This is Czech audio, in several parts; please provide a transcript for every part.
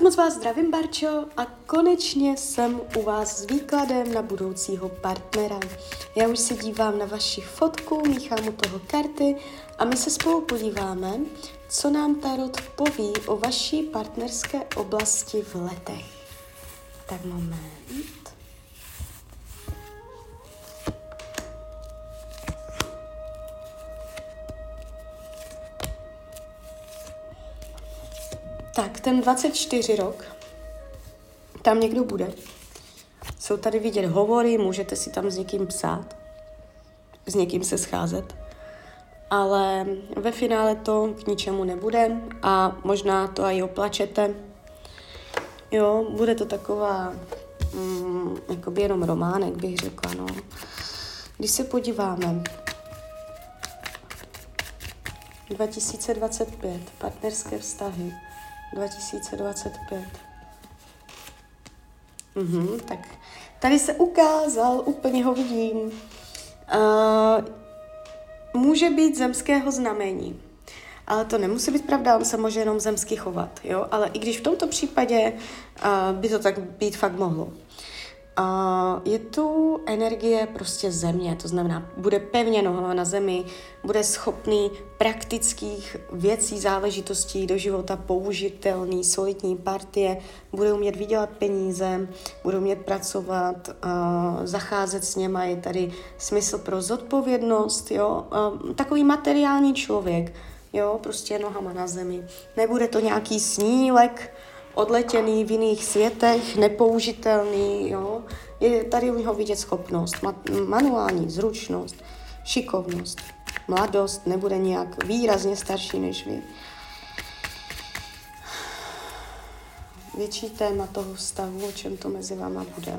Tak moc vás zdravím, Barčo, a konečně jsem u vás s výkladem na budoucího partnera. Já už se dívám na vaši fotku, míchám u toho karty a my se spolu podíváme, co nám tarot poví o vaší partnerské oblasti v letech. Tak moment. Tak, ten 24 rok, tam někdo bude. Jsou tady vidět hovory, můžete si tam s někým psát, s někým se scházet, ale ve finále to k ničemu nebude a možná to i oplačete. Jo, bude to taková, jakoby jenom románek, bych řekla, no. Když se podíváme, 2025, partnerské vztahy, 2025. Tak tady se ukázal, úplně ho vidím. Může být zemského znamení, ale to nemusí být pravda, on se může jenom zemsky chovat, jo? Ale i když v tomto případě by to tak být fakt mohlo. Je tu energie prostě země, to znamená, bude pevně nohama na zemi, bude schopný praktických věcí, záležitostí do života použitelný, solidní partie, bude umět vydělat peníze, bude umět pracovat, zacházet s něma, je tady smysl pro zodpovědnost, jo? Takový materiální člověk, jo? Prostě nohama na zemi. Nebude to nějaký snílek, odletěný v jiných světech, nepoužitelný, jo. Je tady u něho vidět schopnost, manuální zručnost, šikovnost, mladost, nebude nějak výrazně starší než vy. Větší téma toho vztahu, o čem to mezi váma bude.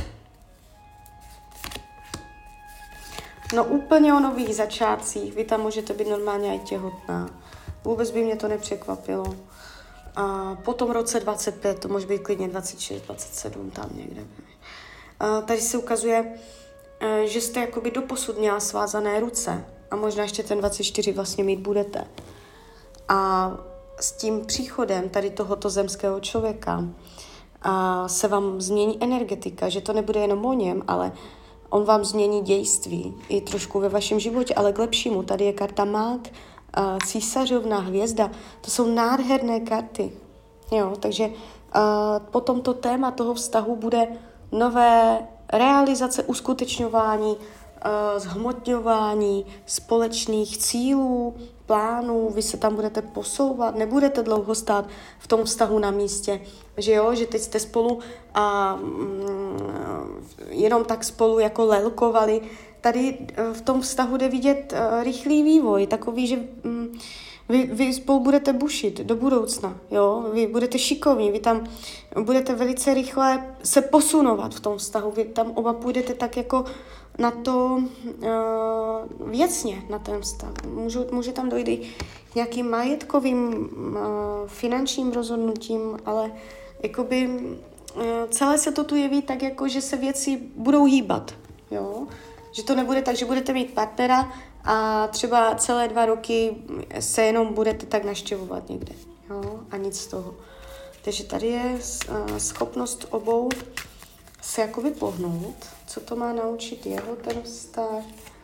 No úplně o nových začátcích, vy tam můžete být normálně i těhotná. Vůbec by mě to nepřekvapilo. A po tom roce 25, to může být klidně 26, 27, tam někde. Tady se ukazuje, že jste jakoby doposud měla svázané ruce a možná ještě ten 24 vlastně mít budete. A s tím příchodem tady tohoto zemského člověka se vám změní energetika, že to nebude jenom o něm, ale on vám změní dějství i trošku ve vašem životě, ale k lepšímu. Tady je karta mák, císařovna, hvězda, to jsou nádherné karty. Jo, takže potom to téma toho vztahu bude nové realizace, uskutečňování, zhmotňování společných cílů, plánů, vy se tam budete posouvat, nebudete dlouho stát v tom vztahu na místě, že jo, že teď jste spolu a jenom tak spolu jako lelkovali. Tady v tom vztahu jde vidět rychlý vývoj, takový, že vy spolu budete bušit do budoucna, jo? Vy budete šikovní, vy tam budete velice rychle se posunovat v tom vztahu, vy tam oba půjdete tak jako na to věcně, na ten vztah. Může tam dojít i nějakým majetkovým, finančním rozhodnutím, ale jakoby celé se to tu jeví tak, jako že se věci budou hýbat, jo? Že to nebude tak, že budete mít partnera a třeba celé 2 roky se jenom budete tak navštěvovat někde, jo? A nic z toho. Takže tady je schopnost obou se jakoby pohnout, co to má naučit jeho ten vztah.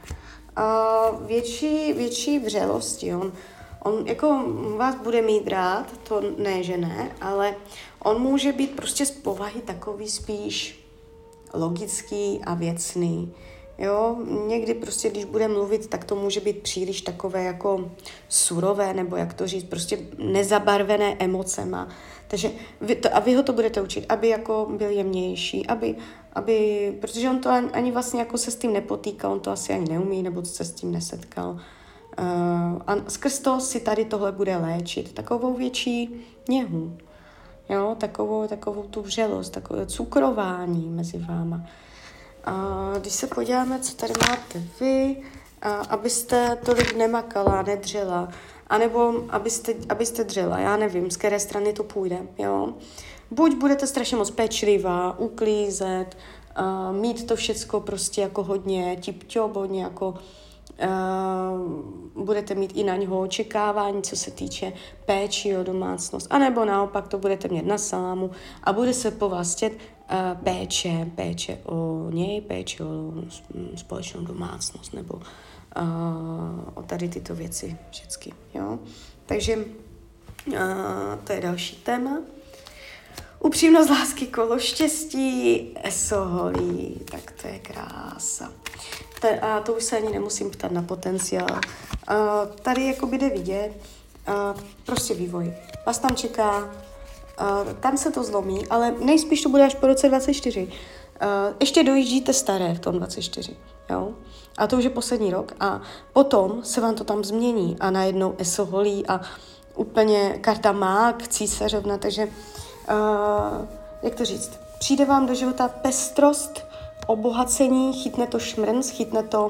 Větší vřelosti. On jako vás bude mít rád, to ne, že ne, ale on může být prostě z povahy takový spíš logický a věcný. Jo, někdy prostě, když bude mluvit, tak to může být příliš takové jako surové, nebo jak to říct, prostě nezabarvené emocema. Takže vy ho to budete učit, aby jako byl jemnější, protože on to ani vlastně jako se s tím nepotýkal, on to asi ani neumí, nebo se s tím nesetkal. A skrz to si tady tohle bude léčit, takovou větší něhu, jo, takovou tu vřelost, takové cukrování mezi váma. Když se podíváme, co tady máte vy, abyste tolik nemakala, nedřela, anebo abyste dřela, já nevím, z které strany to půjde, jo. Buď budete strašně moc pečlivá, uklízet, mít to všecko prostě jako hodně tip-top, hodně jako budete mít i na něho očekávání, co se týče péči o domácnost, anebo naopak to budete mít na salámu a bude se po vás chtět péče o něj, péče o společnou domácnost, nebo o tady tyto věci všechny, jo. Takže to je další téma. Upřímnost lásky, kolo štěstí, esoholí, tak to je krása. A to už se ani nemusím ptat na potenciál. Tady jakoby jde vidět, prostě vývoj. Vás tam čeká, tam se to zlomí, ale nejspíš to bude až po roce 24. Ještě dojíždíte staré v tom 24, jo? A to už je poslední rok a potom se vám to tam změní a najednou esoholí a úplně karta mák, císařovna, takže jak to říct, přijde vám do života pestrost, obohacení, chytne to šmrnc, chytne to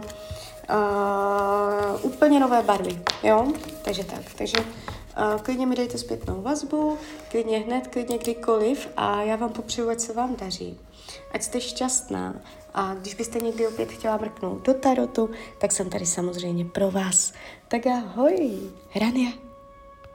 úplně nové barvy, jo? Takže tak, takže klidně mi dejte zpětnou vazbu, klidně hned, klidně kdykoliv a já vám popřeju, ať se vám daří, ať jste šťastná a když byste někdy opět chtěla mrknout do tarotu, tak jsem tady samozřejmě pro vás. Tak ahoj, Rania.